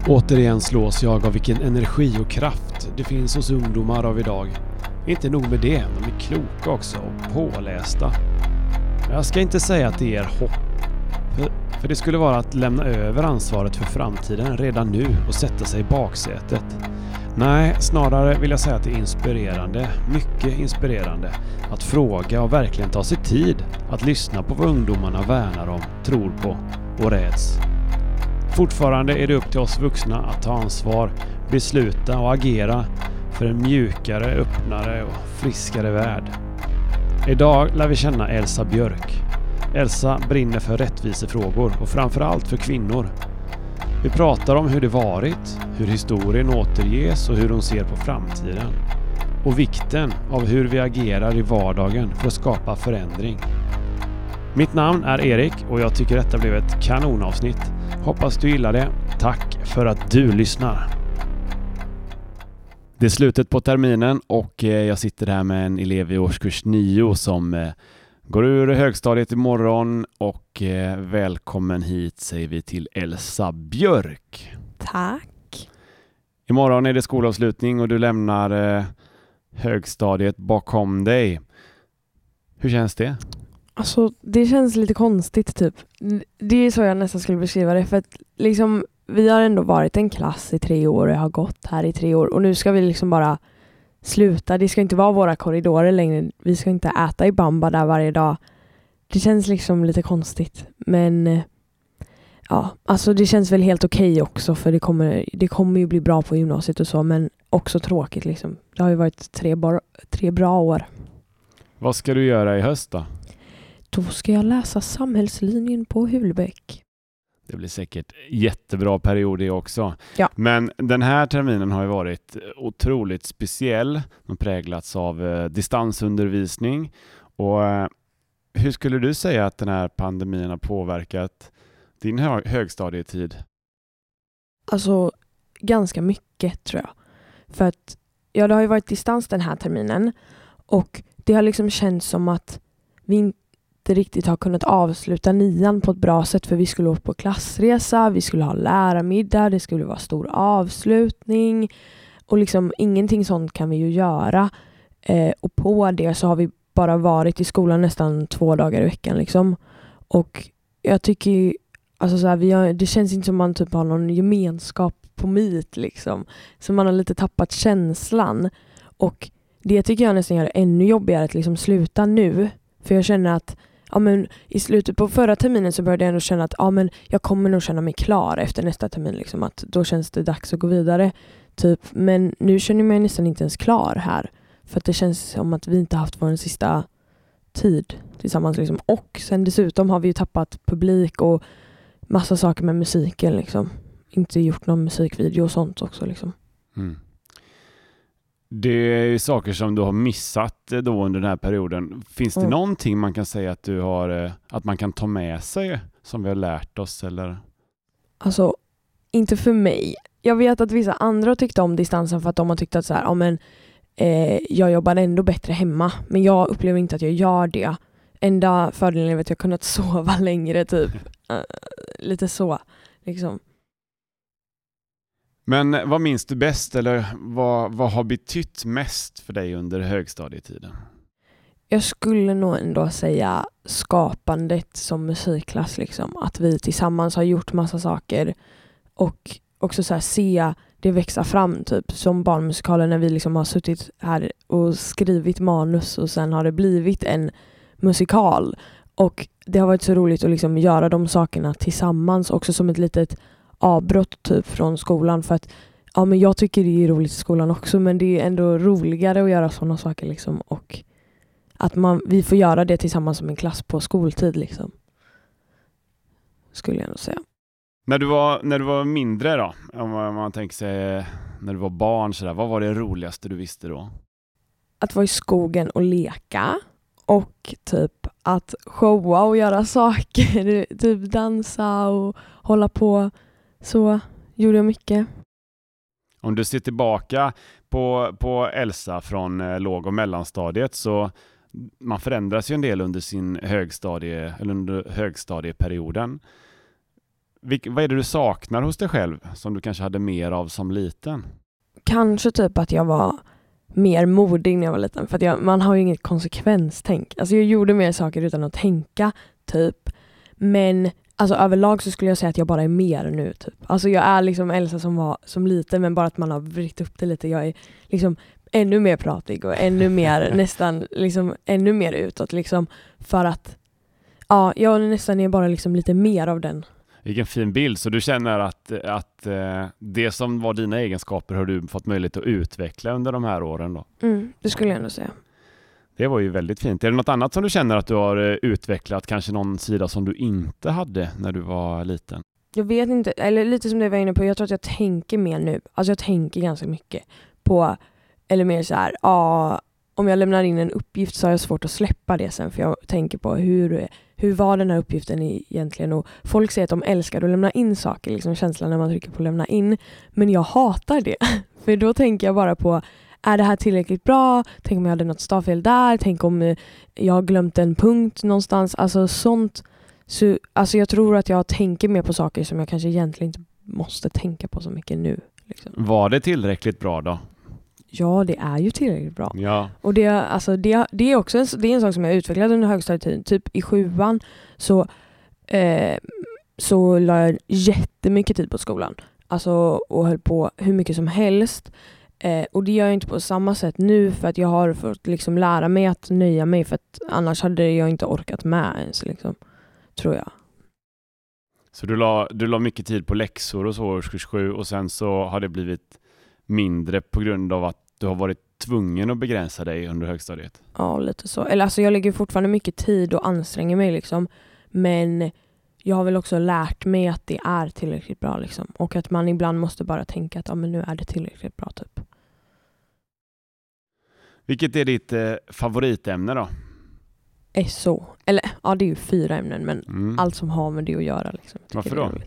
Återigen slås jag av vilken energi och kraft det finns hos ungdomar av idag. Inte nog med det, de är kloka också och pålästa. Jag ska inte säga att det ger hopp. För det skulle vara att lämna över ansvaret för framtiden redan nu och sätta sig i baksätet. Nej, snarare vill jag säga att det är inspirerande, mycket inspirerande, att fråga och verkligen ta sig tid att lyssna på vad ungdomarna värnar om, tror på och räds. Fortfarande är det upp till oss vuxna att ta ansvar, besluta och agera för en mjukare, öppnare och friskare värld. Idag lär vi känna Elsa Björk. Elsa brinner för rättvisefrågor och framförallt för kvinnor. Vi pratar om hur det varit, hur historien återges och hur hon ser på framtiden. Och vikten av hur vi agerar i vardagen för att skapa förändring. Mitt namn är Erik och jag tycker detta blev ett kanonavsnitt. Hoppas du gillar det. Tack för att du lyssnar. Det är slutet på terminen och jag sitter här med en elev i årskurs 9 som går ur högstadiet imorgon och välkommen hit säger vi till Elsa Björk. Tack. Imorgon är det skolavslutning och du lämnar högstadiet bakom dig. Hur känns det? Alltså det känns lite konstigt typ. Det är så jag nästan skulle beskriva det. För att liksom, vi har ändå varit en klass i 3 år och jag har gått här i 3 år. Och nu ska vi liksom bara sluta. Det ska inte vara våra korridorer längre. Vi ska inte äta i bamba där varje dag. Det känns liksom lite konstigt. Men ja, alltså det känns väl helt okej också. För det kommer ju bli bra på gymnasiet och så. Men också tråkigt liksom. Det har ju varit 3 bra år. Vad ska du göra i höst då? Då ska jag läsa samhällslinjen på Hulbäck. Det blir säkert jättebra period det också. Ja. Men den här terminen har ju varit otroligt speciell. Den präglats av distansundervisning. Och hur skulle du säga att den här pandemin har påverkat din högstadietid? Alltså ganska mycket tror jag. För att det har ju varit distans den här terminen. Och det har liksom känts som att vi inte riktigt har kunnat avsluta 9:an på ett bra sätt. För vi skulle åka på klassresa, vi skulle ha lärarmiddag, det skulle vara stor avslutning. Och liksom ingenting sånt kan vi ju göra. Och på det så har vi bara varit i skolan nästan 2 dagar i veckan liksom. Och jag tycker alltså så här, det känns inte som man typ har någon gemenskap på Meet liksom. Så man har lite tappat känslan. Och det tycker jag nästan gör det ännu jobbigare att liksom sluta nu. För jag känner att men i slutet på förra terminen så började jag ändå känna att men jag kommer nog känna mig klar efter nästa termin. Liksom, att då känns det dags att gå vidare. Typ. Men nu känner jag mig nästan inte ens klar här. För att det känns som att vi inte haft vår sista tid tillsammans. Liksom. Och sen dessutom har vi ju tappat publik och massa saker med musiken. Liksom. Inte gjort någon musikvideo och sånt också. Liksom. Mm. Det är ju saker som du har missat då under den här perioden. Finns det någonting man kan säga att du har, att man kan ta med sig som vi har lärt oss? Eller? Alltså, inte för mig. Jag vet att vissa andra har tyckt om distansen för att de har tyckt att så här, jag jobbar ändå bättre hemma. Men jag upplever inte att jag gör det. Enda fördelen är att jag kunnat sova längre typ. Lite så, liksom. Men vad minns du bäst eller vad har betytt mest för dig under högstadietiden? Jag skulle nog ändå säga skapandet som musikklass. Liksom. Att vi tillsammans har gjort massa saker och också så här, se det växa fram typ som barnmusikalen när vi liksom har suttit här och skrivit manus och sen har det blivit en musikal. Och det har varit så roligt att liksom göra de sakerna tillsammans också som ett litet avbrott typ från skolan för att men jag tycker det är roligt i skolan också men det är ändå roligare att göra sådana saker liksom och att vi får göra det tillsammans som en klass på skoltid liksom. Skulle jag nog säga. När du var mindre då, om man tänker sig när du var barn så där, vad var det roligaste du visste då? Att vara i skogen och leka och typ att showa och göra saker, typ dansa och hålla på. Så gjorde jag mycket. Om du ser tillbaka på Elsa från låg- och mellanstadiet så man förändras ju en del under sin under högstadieperioden. Vad är det du saknar hos dig själv som du kanske hade mer av som liten? Kanske typ att jag var mer modig när jag var liten. För att man har ju inget konsekvenstänk. Alltså jag gjorde mer saker utan att tänka typ. Men alltså överlag så skulle jag säga att jag bara är mer nu typ. Alltså jag är liksom Elsa som var som liten, men bara att man har vritt upp det lite. Jag är liksom ännu mer pratig och ännu mer nästan liksom ännu mer utåt liksom, för att ja, jag nästan är bara liksom lite mer av den. Vilken fin bild. Så du känner att det som var dina egenskaper har du fått möjlighet att utveckla under de här åren då? Det skulle jag ändå säga. Det var ju väldigt fint. Är det något annat som du känner att du har utvecklat? Kanske någon sida som du inte hade när du var liten? Jag vet inte, eller lite som det var inne på. Jag tror att jag tänker mer nu. Alltså jag tänker ganska mycket på, eller mer så här, om jag lämnar in en uppgift så har jag svårt att släppa det sen. För jag tänker på hur var den här uppgiften egentligen? Och folk säger att de älskar att lämna in saker, liksom känslan när man trycker på lämna in. Men jag hatar det. För då tänker jag bara på, är det här tillräckligt bra? Tänk om jag hade något stavfel där? Tänk om jag har glömt en punkt någonstans? Alltså sånt. Så, alltså jag tror att jag tänker mer på saker som jag kanske egentligen inte måste tänka på så mycket nu. Liksom. Var det tillräckligt bra då? Ja, det är ju tillräckligt bra. Ja. Och det är också det är en sak som jag utvecklade under högstadietiden. Typ i 7:an så la jag jättemycket tid på skolan. Alltså, och höll på hur mycket som helst. Och det gör jag inte på samma sätt nu, för att jag har fått liksom lära mig att nöja mig, för att annars hade jag inte orkat med ens liksom, tror jag. Så du la mycket tid på läxor och så årskurs 7, och sen så har det blivit mindre på grund av att du har varit tvungen att begränsa dig under högstadiet? Ja, lite så. Eller alltså jag lägger fortfarande mycket tid och anstränger mig liksom, men jag har väl också lärt mig att det är tillräckligt bra liksom, och att man ibland måste bara tänka att men nu är det tillräckligt bra typ. Vilket är ditt favoritämne då? SO. Eller ja, det är ju 4 ämnen, men allt som har med det att göra liksom. Varför då?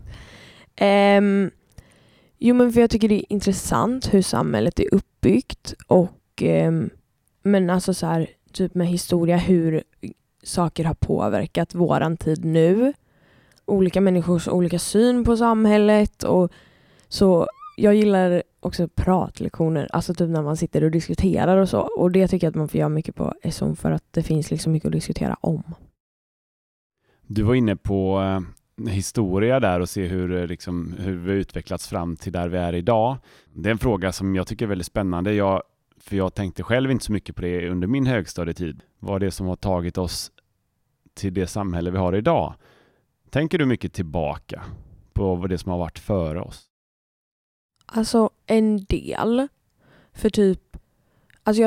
Jo, men för jag tycker det är intressant hur samhället är uppbyggt, och men alltså så här, typ med historia, hur saker har påverkat våran tid nu. Olika människors olika syn på samhället, och så jag gillar också pratlektioner, alltså typ när man sitter och diskuterar och så, och det tycker jag att man får göra mycket på SO, för att det finns liksom mycket att diskutera om. Du var inne på historia där och se hur vi utvecklats fram till där vi är idag. Det är en fråga som jag tycker är väldigt spännande. För jag tänkte själv inte så mycket på det under min högstadietid. Vad det är som har tagit oss till det samhälle vi har idag. Tänker du mycket tillbaka på vad det som har varit före oss? Alltså en del. För typ, alltså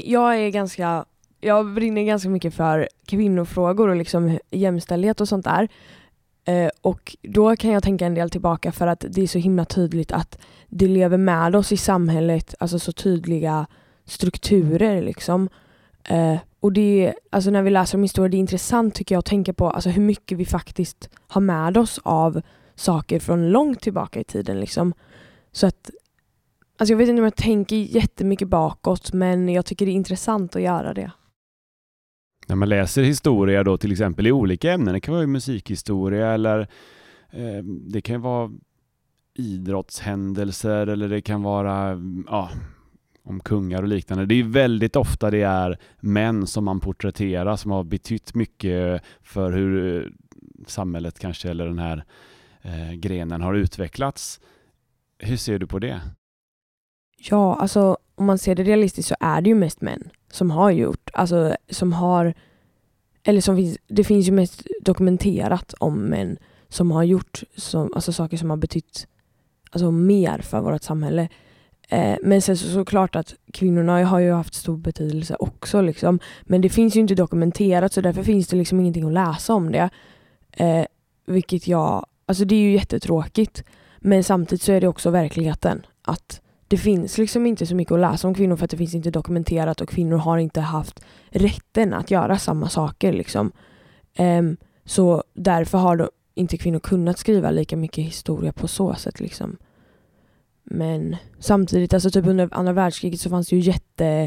jag brinner ganska mycket för kvinnofrågor och liksom jämställdhet och sånt där. Och då kan jag tänka en del tillbaka, för att det är så himla tydligt att det lever med oss i samhället, alltså så tydliga strukturer liksom. Och det, alltså när vi läser om historia, det är intressant tycker jag att tänka på alltså hur mycket vi faktiskt har med oss av saker från långt tillbaka i tiden liksom. Så att, alltså jag vet inte om jag tänker jättemycket bakåt, men jag tycker det är intressant att göra det. När man läser historia då, till exempel i olika ämnen, det kan vara musikhistoria eller det kan vara idrottshändelser, eller det kan vara om kungar och liknande. Det är väldigt ofta det är män som man porträtterar, som har betytt mycket för hur samhället kanske, eller den här grenen har utvecklats. Hur ser du på det? Ja, alltså om man ser det realistiskt så är det ju mest män som har gjort, alltså som har, eller som finns, det finns ju mest dokumenterat om män som har gjort alltså saker som har betytt alltså mer för vårt samhälle. Men sen så klart att kvinnorna har ju haft stor betydelse också liksom, men det finns ju inte dokumenterat, så därför finns det liksom ingenting att läsa om det. Vilket alltså det är ju jättetråkigt, men samtidigt så är det också verkligheten att det finns liksom inte så mycket att läsa om kvinnor, för att det finns inte dokumenterat, och kvinnor har inte haft rätten att göra samma saker liksom. Så därför har då inte kvinnor kunnat skriva lika mycket historia på så sätt liksom. Men samtidigt, alltså typ under andra världskriget så fanns det ju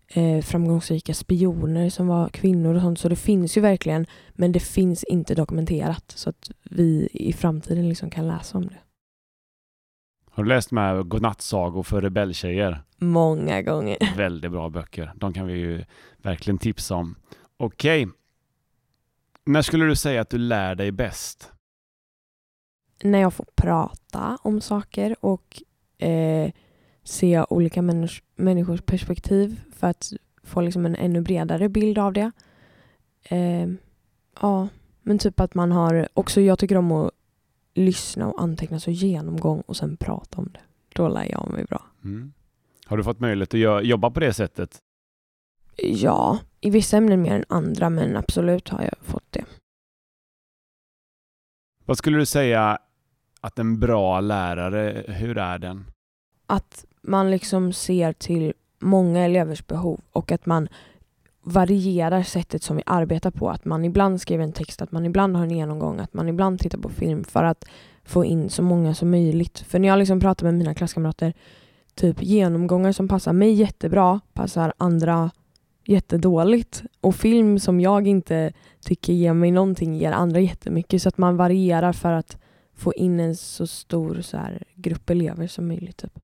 framgångsrika spioner som var kvinnor och sånt. Så det finns ju verkligen, men det finns inte dokumenterat så att vi i framtiden liksom kan läsa om det. Har du läst med godnattsagor för rebelltjejer? Många gånger. Väldigt bra böcker. De kan vi ju verkligen tipsa om. Okej. När skulle du säga att du lär dig bäst? När jag får prata om saker och se olika människors perspektiv för att få liksom en ännu bredare bild av det. Ja, men typ att man har också, jag tycker om att lyssna och anteckna så genomgång och sen prata om det. Då lär jag mig bra. Mm. Har du fått möjlighet att jobba på det sättet? Ja, i vissa ämnen mer än andra, men absolut har jag fått det. Vad skulle du säga att en bra lärare, hur är den? Att man liksom ser till många elevers behov och att man varierar sättet som vi arbetar på. Att man ibland skriver en text, att man ibland har en genomgång, att man ibland tittar på film för att få in så många som möjligt. För när jag liksom pratar med mina klasskamrater, typ genomgångar som passar mig jättebra, passar andra jättedåligt. Och film som jag inte tycker ger mig någonting ger andra jättemycket. Så att man varierar för att få in en så stor så här, grupp elever som möjligt. Typ.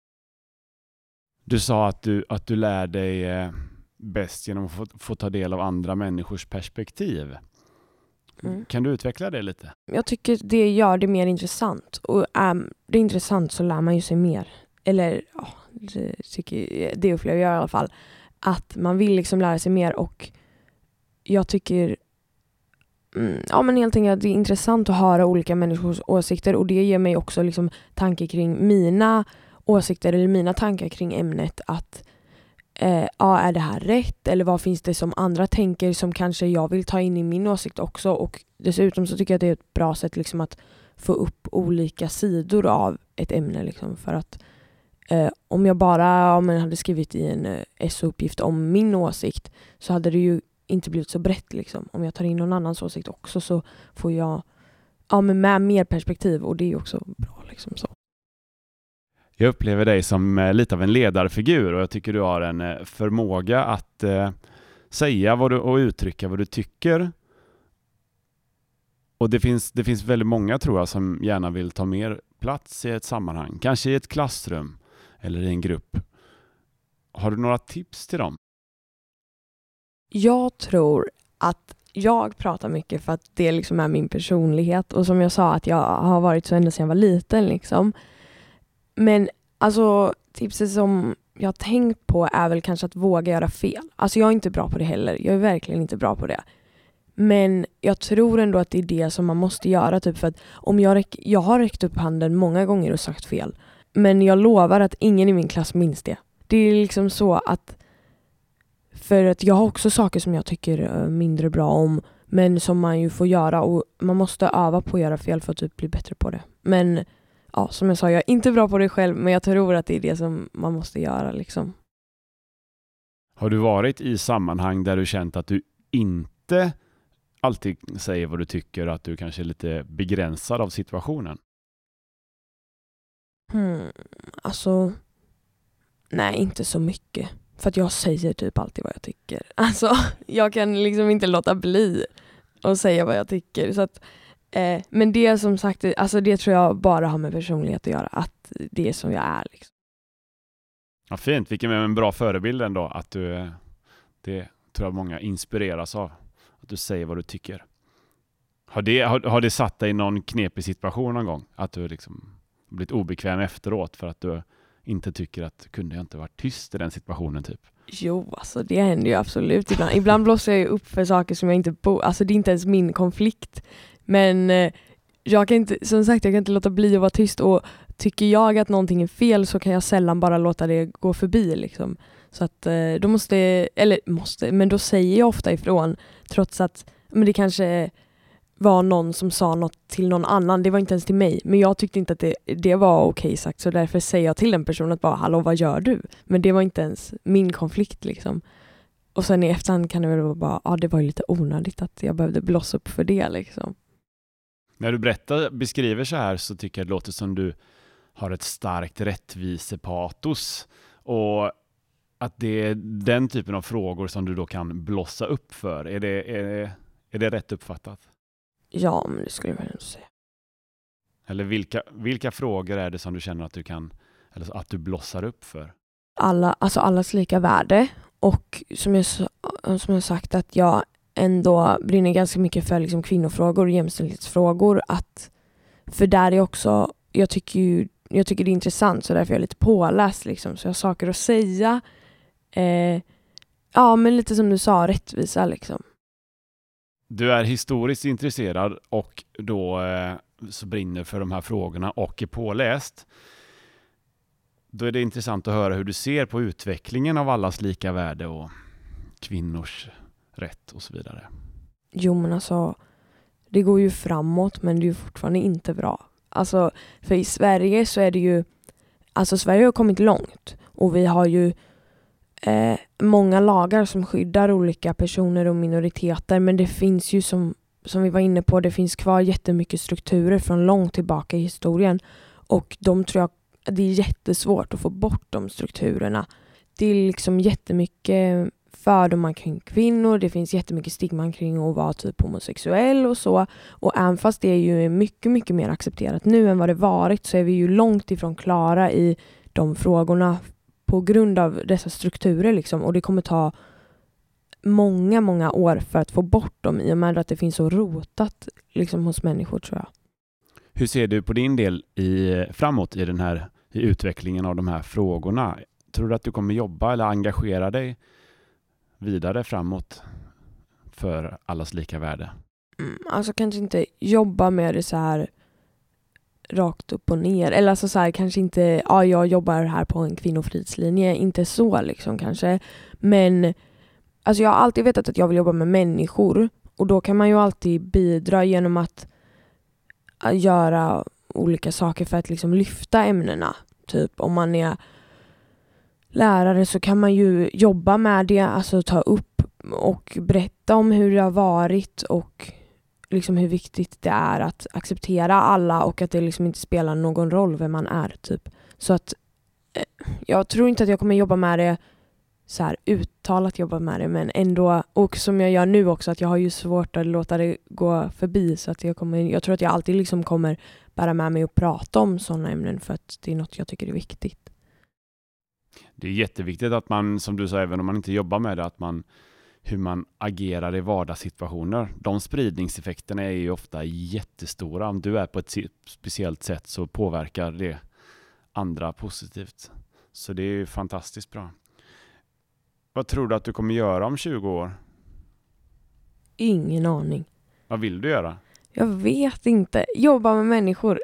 Du sa att du lär dig bäst genom att få ta del av andra människors perspektiv. Mm. Kan du utveckla det lite? Jag tycker det gör det mer intressant. Och det är intressant så lär man ju sig mer. Eller ja, det upplever jag i alla fall. Att man vill liksom lära sig mer och jag tycker ja men helt enkelt det är intressant att höra olika människors åsikter och det ger mig också liksom tankar kring mina åsikter eller mina tankar kring ämnet att ja, är det här rätt eller vad finns det som andra tänker som kanske jag vill ta in i min åsikt också och dessutom så tycker jag att det är ett bra sätt liksom att få upp olika sidor av ett ämne liksom för att om jag bara hade skrivit i en SO-uppgift om min åsikt så hade det ju inte blivit så brett liksom. Om jag tar in någon annans åsikt också så får jag med mer perspektiv och det är ju också bra liksom så. Jag upplever dig som lite av en ledarfigur och jag tycker du har en förmåga att säga och uttrycka vad du tycker. Och det finns väldigt många tror jag som gärna vill ta mer plats i ett sammanhang. Kanske i ett klassrum eller i en grupp. Har du några tips till dem? Jag tror att jag pratar mycket för att det liksom är min personlighet. Och som jag sa att jag har varit så ända sedan jag var liten liksom. Men alltså tipset som jag har tänkt på är väl kanske att våga göra fel. Alltså jag är inte bra på det heller. Jag är verkligen inte bra på det. Men jag tror ändå att det är det som man måste göra. Typ för att om jag har räckt upp handen många gånger och sagt fel. Men jag lovar att ingen i min klass minns det. Det är liksom så att för att jag har också saker som jag tycker mindre bra om. Men som man ju får göra. Och man måste öva på att göra fel för att typ bli bättre på det. Men ja, som jag sa, jag är inte bra på det själv. Men jag tror att det är det som man måste göra liksom. Har du varit i sammanhang där du känt att du inte alltid säger vad du tycker, att du kanske är lite begränsad av situationen? Alltså, nej inte så mycket. För att jag säger typ alltid vad jag tycker. Alltså, jag kan liksom inte låta bli att säga vad jag tycker. Så att, men det som sagt, alltså det tror jag bara har med personlighet att göra. Att det är som jag är liksom. Ja, fint. Vilken är en bra förebild ändå. Att det tror jag många inspireras av. Att du säger vad du tycker. Har det satt dig i någon knepig situation någon gång? Att du liksom blivit obekväm efteråt för att du inte tycker att kunde jag inte varit tyst i den situationen typ? Jo, alltså det händer ju absolut ibland. Ibland blåser jag ju upp för saker som jag inte alltså det är inte ens min konflikt. Men jag kan inte, som sagt, jag kan inte låta bli att vara tyst och tycker jag att någonting är fel så kan jag sällan bara låta det gå förbi liksom. Så att då men då säger jag ofta ifrån trots att men det kanske var någon som sa något till någon annan. Det var inte ens till mig. Men jag tyckte inte att det var okej sagt. Så därför säger jag till den personen att bara, hallå, vad gör du? Men det var inte ens min konflikt liksom. Och sen i efterhand kan det väl vara bara, det var ju lite onödigt att jag behövde blåsa upp för det liksom. När du beskriver så här så tycker jag det låter som du har ett starkt rättvisepatos. Och att det är den typen av frågor som du då kan blossa upp för? Är det rätt uppfattat? Ja, men det skulle jag väl säga. Eller vilka frågor är det som du känner att du kan, eller att du blossar upp för? Allas lika värde, och som jag sagt att jag ändå brinner ganska mycket för liksom kvinnofrågor och jämställdhetsfrågor, för där är också, jag tycker det är intressant, så därför är jag lite påläst liksom, så jag har saker att säga. Ja, men lite som du sa, rättvisa liksom. Du är historiskt intresserad och då så brinner för de här frågorna och är påläst. Då är det intressant att höra hur du ser på utvecklingen av allas lika värde och kvinnors rätt och så vidare. Jo, men alltså, det går ju framåt, men det är ju fortfarande inte bra. Alltså, för i Sverige så är det ju, alltså Sverige har kommit långt och vi har ju många lagar som skyddar olika personer och minoriteter, men det finns ju som vi var inne på, det finns kvar jättemycket strukturer från långt tillbaka i historien, och de tror jag, det är jättesvårt att få bort de strukturerna. Det är liksom jättemycket fördomar kring kvinnor, det finns jättemycket stigma kring att vara typ homosexuell och så, och även fast det är ju mycket, mycket mer accepterat nu än vad det varit, så är vi ju långt ifrån klara i de frågorna på grund av dessa strukturer liksom, och det kommer ta många, många år för att få bort dem, i och med att det finns så rotat liksom hos människor, tror jag. Hur ser du på din del framåt i utvecklingen av de här frågorna? Tror du att du kommer jobba eller engagera dig vidare framåt för allas lika värde? Alltså kanske inte jobba med det så här rakt upp och ner. Eller alltså så här, kanske inte, jag jobbar här på en kvinnofridslinje. Inte så liksom kanske. Men alltså jag har alltid vetat att jag vill jobba med människor. Och då kan man ju alltid bidra genom att göra olika saker för att liksom lyfta ämnena. Typ om man är lärare så kan man ju jobba med det. Alltså ta upp och berätta om hur det har varit och liksom hur viktigt det är att acceptera alla, och att det liksom inte spelar någon roll vem man är typ. Så att jag tror inte att jag kommer jobba med det så här uttalat jobba med det, men ändå, och som jag gör nu också, att jag har ju svårt att låta det gå förbi, så att jag tror att jag alltid liksom kommer bära med mig och prata om sådana ämnen, för att det är något jag tycker är viktigt. Det är jätteviktigt att man, som du sa, även om man inte jobbar med det, hur man agerar i vardagssituationer. De spridningseffekterna är ju ofta jättestora. Om du är på ett speciellt sätt så påverkar det andra positivt. Så det är ju fantastiskt bra. Vad tror du att du kommer göra om 20 år? Ingen aning. Vad vill du göra? Jag vet inte. Jobba med människor.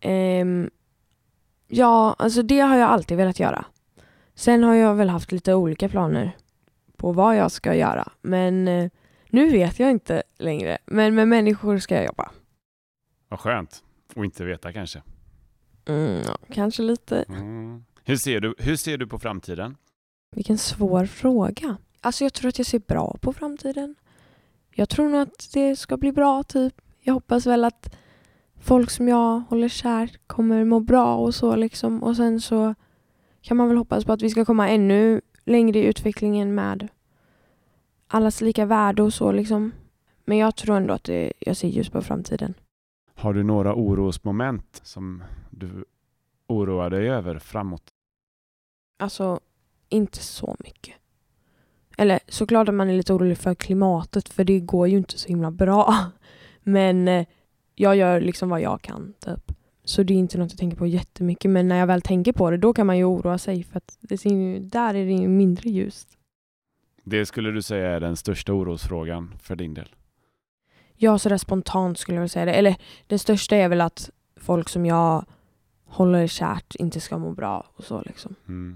Ja, alltså det har jag alltid velat göra. Sen har jag väl haft lite olika planer på vad jag ska göra. Men nu vet jag inte längre. Men med människor ska jag jobba. Vad skönt. Och inte veta kanske. Ja, kanske lite. Hur ser du på framtiden? Vilken svår fråga. Alltså jag tror att jag ser bra på framtiden. Jag tror nog att det ska bli bra typ. Jag hoppas väl att folk som jag håller kär kommer må bra och så liksom. Och sen så kan man väl hoppas på att vi ska komma ännu längre i utvecklingen med allas lika värde och så liksom. Men jag tror ändå att jag ser ljus på framtiden. Har du några orosmoment som du oroar dig över framåt? Alltså, inte så mycket. Eller såklart att man är lite orolig för klimatet, för det går ju inte så himla bra. Men jag gör liksom vad jag kan typ. Så det är inte något jag tänker på jättemycket. Men när jag väl tänker på det, då kan man ju oroa sig, för att där är det ju mindre ljust. Det skulle du säga är den största orosfrågan för din del? Ja, så där spontant skulle jag säga det. Eller den största är väl att folk som jag håller kärt inte ska må bra och så liksom.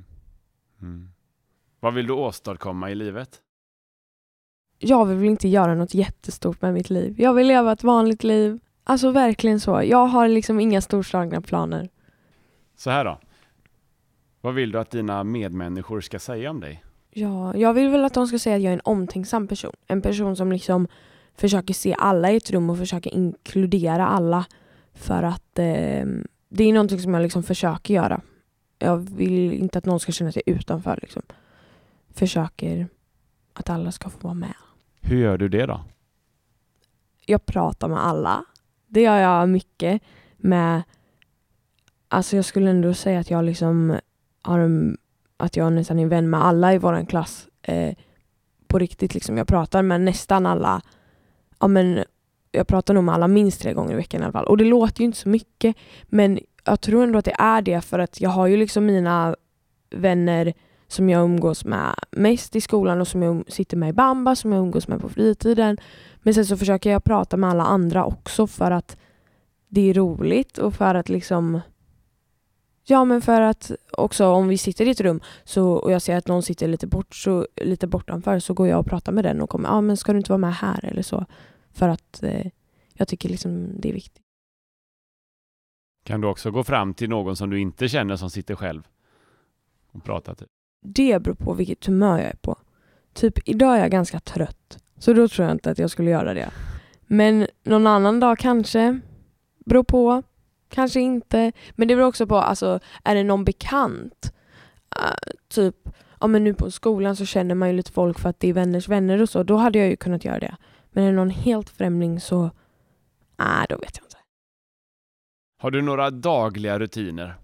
Vad vill du åstadkomma i livet? Jag vill inte göra något jättestort med mitt liv. Jag vill leva ett vanligt liv. Alltså verkligen så. Jag har liksom inga storslagna planer. Så här då. Vad vill du att dina medmänniskor ska säga om dig? Ja, jag vill väl att de ska säga att jag är en omtänksam person. En person som liksom försöker se alla i ett rum och försöker inkludera alla. För att det är någonting som jag liksom försöker göra. Jag vill inte att någon ska känna sig utanför liksom. försöker att alla ska få vara med. Hur gör du det då? Jag pratar med alla. Det gör jag mycket med. Alltså jag skulle ändå säga att jag liksom att jag nästan är vän med alla i våran klass. På riktigt liksom. Jag pratar med nästan alla. Ja, men jag pratar nog med alla minst 3 gånger i veckan i alla fall. Och det låter ju inte så mycket. Men jag tror ändå att det är det. För att jag har ju liksom mina vänner som jag umgås med mest i skolan. Och som jag sitter med i Bamba. Som jag umgås med på fritiden. Men sen så försöker jag prata med alla andra också. För att det är roligt. Och för att liksom... Ja, men för att också om vi sitter i ett rum och jag ser att någon sitter lite bortanför, så går jag och pratar med den och kommer, men ska du inte vara med här eller så? För att jag tycker liksom det är viktigt. Kan du också gå fram till någon som du inte känner som sitter själv och prata till? Det beror på vilket humör jag är på. Typ idag är jag ganska trött, så då tror jag inte att jag skulle göra det. Men någon annan dag kanske, beror på. Kanske inte. Men det beror också på, alltså, är det någon bekant? Typ, ja men nu på skolan så känner man ju lite folk för att det är vänners vänner och så. Då hade jag ju kunnat göra det. Men är det någon helt främling så, då vet jag inte. Har du några dagliga rutiner?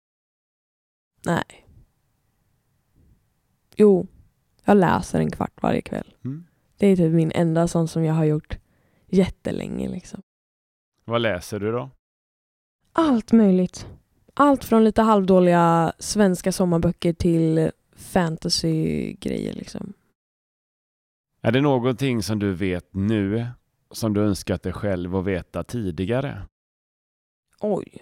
Nej. Jo, jag läser 1 kvart varje kväll. Det är typ min enda sån som jag har gjort jättelänge liksom. Vad läser du då? Allt möjligt. Allt från lite halvdåliga svenska sommarböcker till fantasy-grejer liksom. Är det någonting som du vet nu som du önskat dig själv att veta tidigare? Oj.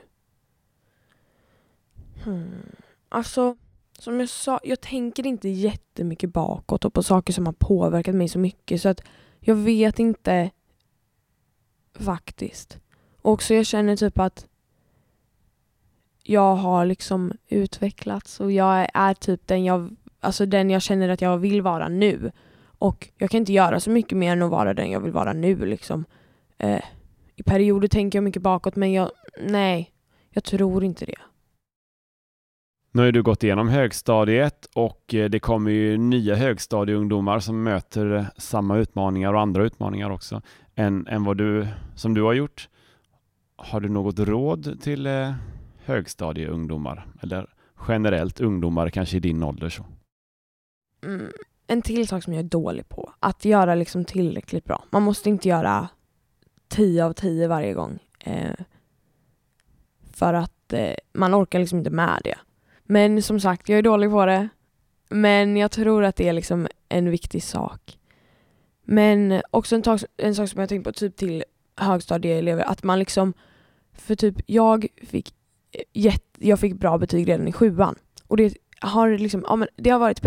Alltså, som jag sa, jag tänker inte jättemycket bakåt och på saker som har påverkat mig så mycket, så att jag vet inte faktiskt. Och så jag känner typ att jag har liksom utvecklats och jag är typ den jag känner att jag vill vara nu. Och jag kan inte göra så mycket mer än att vara den jag vill vara nu liksom. I perioder tänker jag mycket bakåt, men jag tror inte det. Nu har du gått igenom högstadiet och det kommer ju nya högstadieungdomar som möter samma utmaningar och andra utmaningar också än vad som du har gjort. Har du något råd till högstadieungdomar eller generellt ungdomar kanske i din ålder så? En till sak som jag är dålig på, att göra liksom tillräckligt bra. Man måste inte göra 10 av 10 varje gång. För att man orkar liksom inte med det. Men som sagt, jag är dålig på det. Men jag tror att det är liksom en viktig sak. Men också en sak som jag tänkt på typ till högstadieelever, att man liksom, för typ jag fick bra betyg redan i 7:an. Och det har liksom, det har varit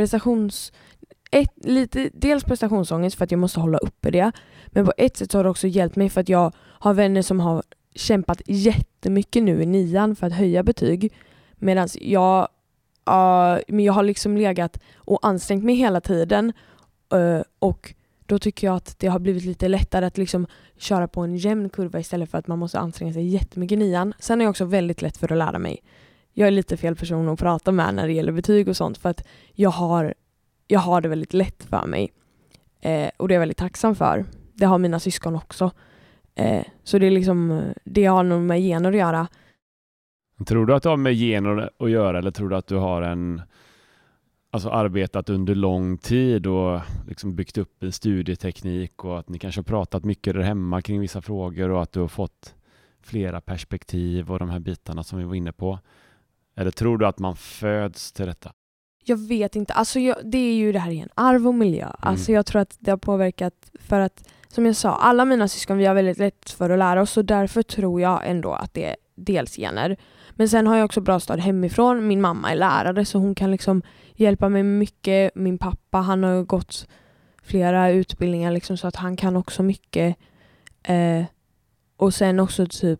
dels prestationsångest för att jag måste hålla uppe det. Men på ett sätt så har det också hjälpt mig för att jag har vänner som har kämpat jättemycket nu i 9:an för att höja betyg. Medan jag har liksom legat och ansträngt mig hela tiden. Och då tycker jag att det har blivit lite lättare att liksom köra på en jämn kurva istället för att man måste anstränga sig jättemycket i 9:an. Sen är jag också väldigt lätt för att lära mig. Jag är lite fel person att prata med när det gäller betyg och sånt, för att jag har det väldigt lätt för mig. Och det är jag väldigt tacksam för. Det har mina syskon också. Så det är liksom, det har nog med gener att göra. Tror du att det har med gener att göra, eller tror du att du har arbetat under lång tid och liksom byggt upp en studieteknik och att ni kanske har pratat mycket där hemma kring vissa frågor och att du har fått flera perspektiv och de här bitarna som vi var inne på? Eller tror du att man föds till detta? Jag vet inte. Alltså det är ju det här igen. Arv och miljö. Alltså jag tror att det har påverkat, för att som jag sa, alla mina syskon, vi har väldigt lätt för att lära oss, och därför tror jag ändå att det är dels gener. Men sen har jag också bra stöd hemifrån. Min mamma är lärare så hon kan liksom hjälpa mig mycket. Min pappa, han har gått flera utbildningar liksom, så att han kan också mycket. Och sen också typ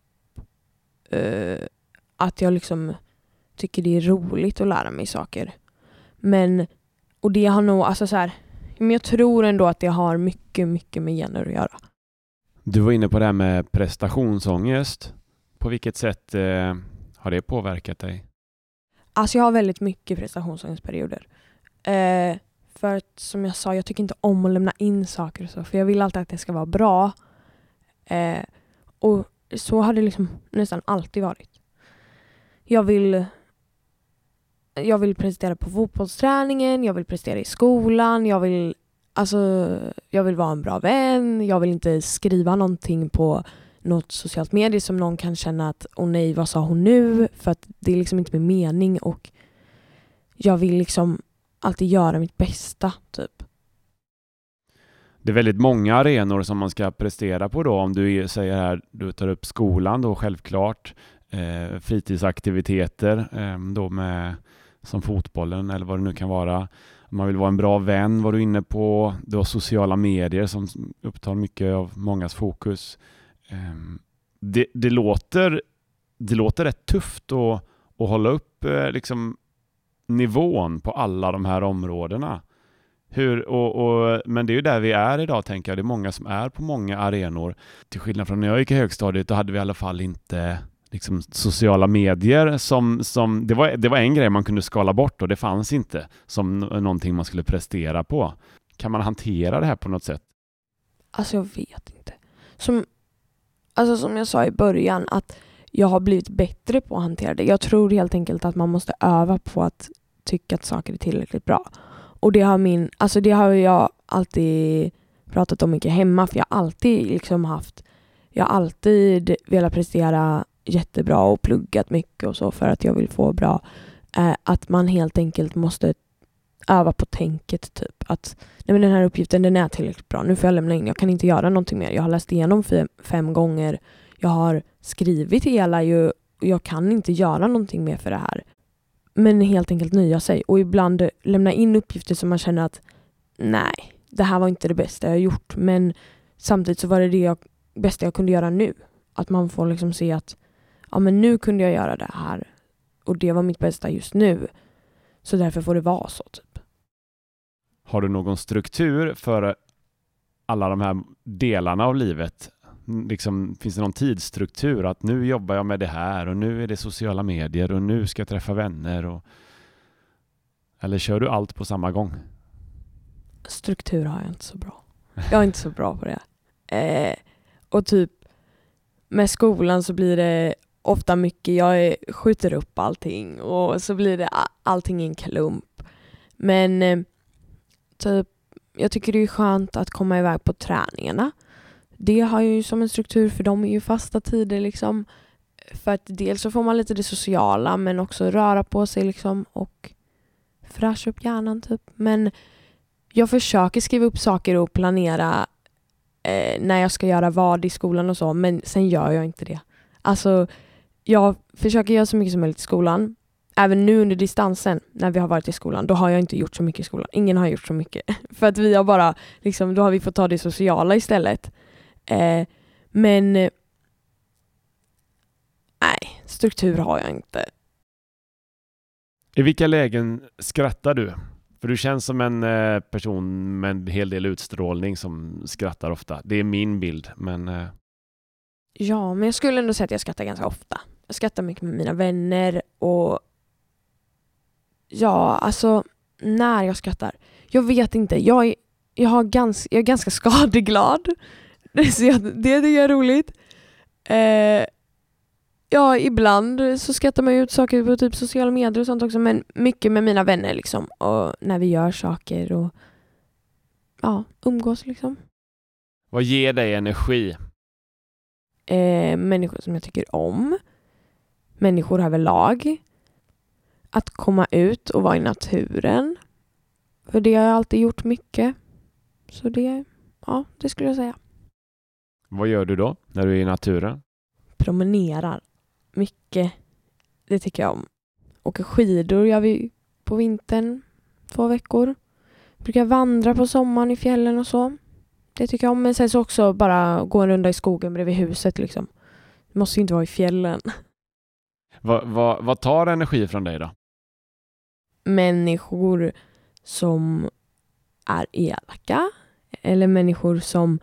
att jag liksom tycker det är roligt att lära mig saker. Och det har nog, men jag tror ändå att det har mycket, mycket med gener att göra. Du var inne på det här med prestationsångest. På vilket sätt har det påverkat dig? Alltså jag har väldigt mycket prestationsångestperioder. För att, som jag sa, jag tycker inte om att lämna in saker och så. För jag vill alltid att det ska vara bra. Och så har det liksom nästan alltid varit. Jag vill prestera på fotbollsträningen. Jag vill prestera i skolan. Jag vill vara en bra vän. Jag vill inte skriva någonting på något socialt medie som någon kan känna att åh nej, vad sa hon nu? För att det är liksom inte min mening. Och jag vill liksom alltid göra mitt bästa, typ. Det är väldigt många arenor som man ska prestera på då. Om du säger här, du tar upp skolan då självklart. Fritidsaktiviteter då med som fotbollen eller vad det nu kan vara. Man vill vara en bra vän, vad du är inne på. Du har sociala medier som upptar mycket av mångas fokus. Det låter rätt tufft att hålla upp liksom nivån på alla de här områdena. Men det är ju där vi är idag, tänker jag. Det är många som är på många arenor. Till skillnad från när jag gick i högstadiet, då hade vi i alla fall inte liksom sociala medier som det var en grej man kunde skala bort och det fanns inte som någonting man skulle prestera på. Kan man hantera det här på något sätt? Alltså jag vet inte. Som jag sa i början, att jag har blivit bättre på att hantera det. Jag tror helt enkelt att man måste öva på att tycka att saker är tillräckligt bra. Och det har jag alltid pratat om mycket hemma, för jag har alltid velat prestera jättebra och pluggat mycket och så för att jag vill få bra. Att man helt enkelt måste öva på tänket, typ. Att nej, men den här uppgiften, den är tillräckligt bra. Nu får jag lämna in. Jag kan inte göra någonting mer. Jag har läst igenom 5 gånger. Jag har skrivit hela ju. Jag kan inte göra någonting mer för det här. Men helt enkelt nöja sig. Och ibland lämna in uppgifter som man känner att nej, det här var inte det bästa jag gjort. Men samtidigt så var det bästa jag kunde göra nu. Att man får liksom se att ja, men nu kunde jag göra det här. Och det var mitt bästa just nu. Så därför får det vara så, typ. Har du någon struktur för alla de här delarna av livet? Liksom, finns det någon tidsstruktur att nu jobbar jag med det här och nu är det sociala medier och nu ska jag träffa vänner? Eller kör du allt på samma gång? Struktur har jag inte så bra. Jag är inte så bra på det. Och typ med skolan så blir det ofta mycket, jag skjuter upp allting och så blir det allting i en klump. Men typ, jag tycker det är skönt att komma iväg på träningarna. Det har ju som en struktur, för de är ju fasta tider liksom. För att dels så får man lite det sociala, men också röra på sig liksom och fräscha upp hjärnan typ. Men jag försöker skriva upp saker och planera när jag ska göra vad i skolan och så, men sen gör jag inte det. Alltså, jag försöker göra så mycket som möjligt i skolan. Även nu under distansen, när vi har varit i skolan, då har jag inte gjort så mycket i skolan. Ingen har gjort så mycket. För att vi har bara, liksom, då har vi fått ta det sociala istället. Men nej, struktur har jag inte. I vilka lägen skrattar du? För du känns som en person med en hel del utstrålning som skrattar ofta. Det är min bild, men... Ja, men jag skulle ändå säga att jag skrattar ganska ofta. Jag skrattar mycket med mina vänner och... Ja, alltså, när jag skrattar. Jag vet inte, jag är ganska skadeglad. Så det tycker jag är roligt. Ja, ibland så skrattar man ut saker på typ sociala medier och sånt också, men mycket med mina vänner liksom, och när vi gör saker och ja, umgås liksom. Vad ger dig energi? Människor som jag tycker om. Människor överlag. Att komma ut och vara i naturen. För det har jag alltid gjort mycket. Så det skulle jag säga. Vad gör du då när du är i naturen? Promenerar mycket. Det tycker jag om. Åker skidor gör vi på vintern 2 veckor. Brukar vandra på sommaren i fjällen och så. Det tycker jag om. Men sen så också bara gå en runda i skogen bredvid huset liksom. Det måste ju inte vara i fjällen. Vad tar energi från dig då? Människor som är elaka. Eller människor som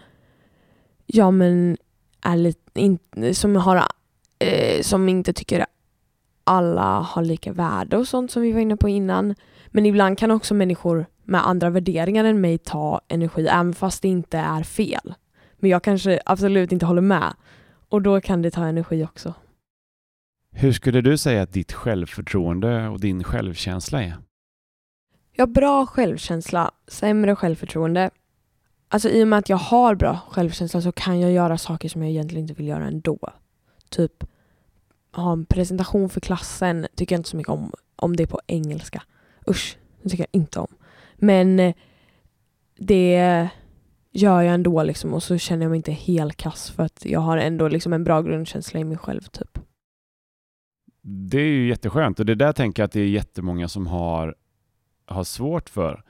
är lite, som inte tycker alla har lika värde och sånt som vi var inne på innan. Men ibland kan också människor med andra värderingar än mig ta energi, även fast det inte är fel. Men jag kanske absolut inte håller med. Och då kan det ta energi också. Hur skulle du säga att ditt självförtroende och din självkänsla är? Jag har bra självkänsla, sämre självförtroende. Alltså i och med att jag har bra självkänsla så kan jag göra saker som jag egentligen inte vill göra ändå. Typ ha en presentation för klassen tycker jag inte så mycket om det är på engelska. Usch, det tycker jag inte om. Men det gör jag ändå liksom, och så känner jag mig inte helt kass för att jag har ändå liksom en bra grundkänsla i mig själv typ. Det är ju jätteskönt, och det där tänker jag att det är jättemånga som har svårt för.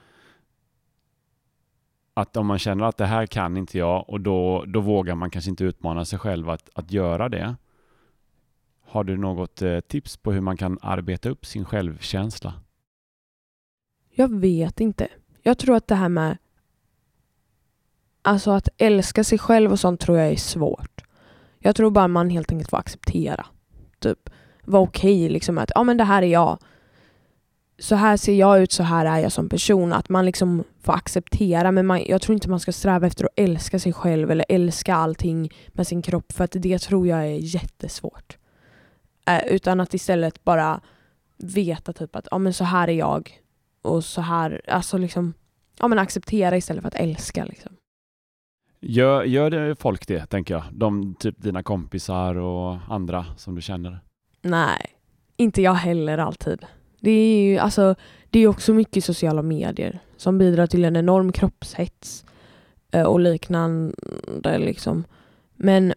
Att om man känner att det här kan inte jag, och då vågar man kanske inte utmana sig själv att göra det. Har du något tips på hur man kan arbeta upp sin självkänsla? Jag vet inte. Jag tror att det här med alltså att älska sig själv och sånt tror jag är svårt. Jag tror bara man helt enkelt får acceptera. Typ vara okej liksom att men det här är jag. Så här ser jag ut, så här är jag som person. Att man liksom får acceptera, men jag tror inte man ska sträva efter att älska sig själv eller älska allting med sin kropp, för att det tror jag är jättesvårt. Utan att istället bara veta typ att men så här är jag och så här, alltså liksom men acceptera istället för att älska liksom. Gör det folk det, tänker jag? De typ dina kompisar och andra som du känner? Nej, inte jag heller alltid. Det är ju det är också mycket sociala medier som bidrar till en enorm kroppshets och liknande liksom. Men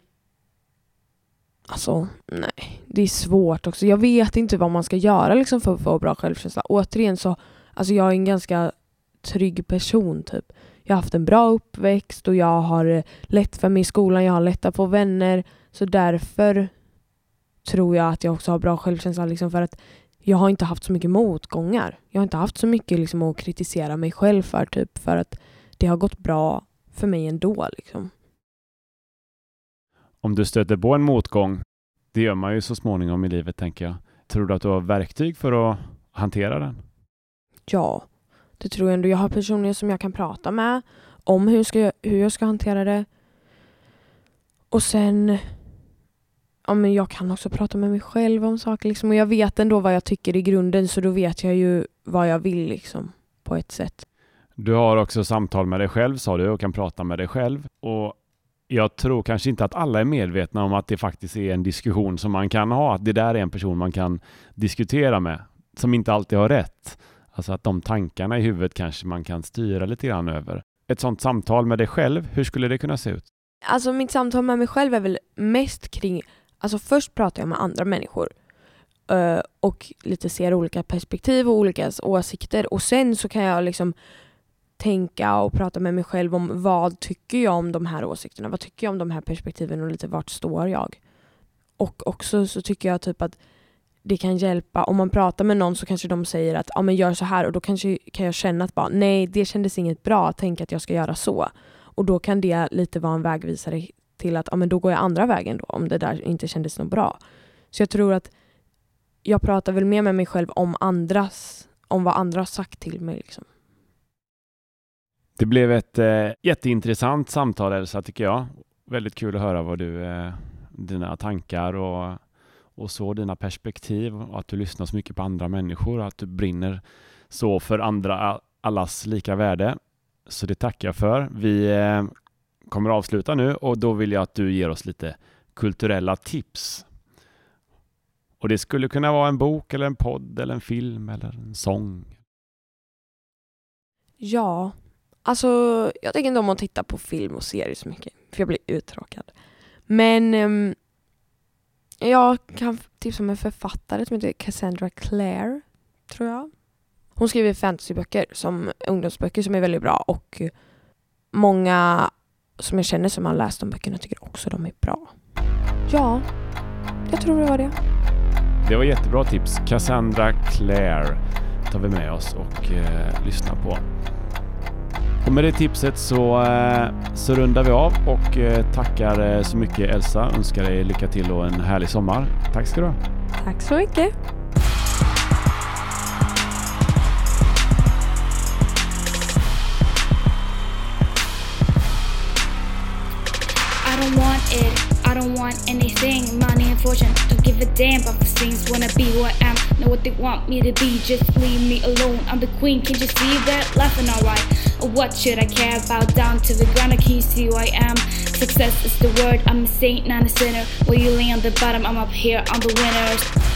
nej, det är svårt också. Jag vet inte vad man ska göra liksom för att få bra självkänsla. Återigen så, jag är en ganska trygg person typ. Jag har haft en bra uppväxt och jag har lätt för mig i skolan, jag har lätt att få vänner. Så därför tror jag att jag också har bra självkänsla liksom, för att jag har inte haft så mycket motgångar. Jag har inte haft så mycket liksom att kritisera mig själv för typ, för att det har gått bra för mig ändå liksom. Om du stöter på en motgång, det gör man ju så småningom i livet, tänker jag. Tror du att du har verktyg för att hantera den? Ja, det tror jag ändå. Jag har personer som jag kan prata med om hur jag ska hantera det. Och sen men jag kan också prata med mig själv om saker liksom. Och jag vet ändå vad jag tycker i grunden, så då vet jag ju vad jag vill liksom, på ett sätt. Du har också samtal med dig själv, sa du, och kan prata med dig själv. Och jag tror kanske inte att alla är medvetna om att det faktiskt är en diskussion som man kan ha. Att det där är en person man kan diskutera med, som inte alltid har rätt. Alltså att de tankarna i huvudet kanske man kan styra lite grann över. Ett sånt samtal med dig själv, hur skulle det kunna se ut? Alltså mitt samtal med mig själv är väl mest kring, först pratar jag med andra människor och lite ser olika perspektiv och olika åsikter, och sen så kan jag liksom tänka och prata med mig själv om vad tycker jag om de här åsikterna, vad tycker jag om de här perspektiven och lite vart står jag. Och också så tycker jag typ att det kan hjälpa om man pratar med någon, så kanske de säger att men gör så här, och då kanske kan jag känna att bara nej, det kändes inget bra, tänk att jag ska göra så, och då kan det lite vara en vägvisare till att men då går jag andra vägen då, om det där inte kändes något bra. Så jag tror att jag pratar väl mer med mig själv om vad andra har sagt till mig liksom. Det blev ett jätteintressant samtal, Elsa, tycker jag. Väldigt kul att höra vad dina tankar och så dina perspektiv, och att du lyssnar så mycket på andra människor och att du brinner så för allas lika värde. Så det tackar jag för. Vi kommer att avsluta nu, och då vill jag att du ger oss lite kulturella tips. Och det skulle kunna vara en bok eller en podd eller en film eller en sång. Ja, jag tycker inte om att titta på film och serier så mycket, för jag blir uttråkad. Men jag kan tipsa om en författare som heter Cassandra Clare, tror jag. Hon skriver fantasyböcker, som ungdomsböcker, som är väldigt bra, och många som jag känner som har läst de böckerna tycker också de är bra. Ja, jag tror det var det. Det var jättebra tips. Cassandra Clare tar vi med oss och lyssnar på. Och med det tipset så rundar vi av och tackar så mycket, Elsa. Önskar dig lycka till och en härlig sommar. Tack ska du ha. Tack så mycket. I don't want it, I don't want anything. Money and fortune, don't give a damn about the things. Wanna be who I am, know what they want me to be. Just leave me alone, I'm the queen, can't you see that? Laughing alright, what should I care about? Down to the ground, I can't see who I am. Success is the word, I'm a saint, not a sinner. While you lay on the bottom, I'm up here on the winners.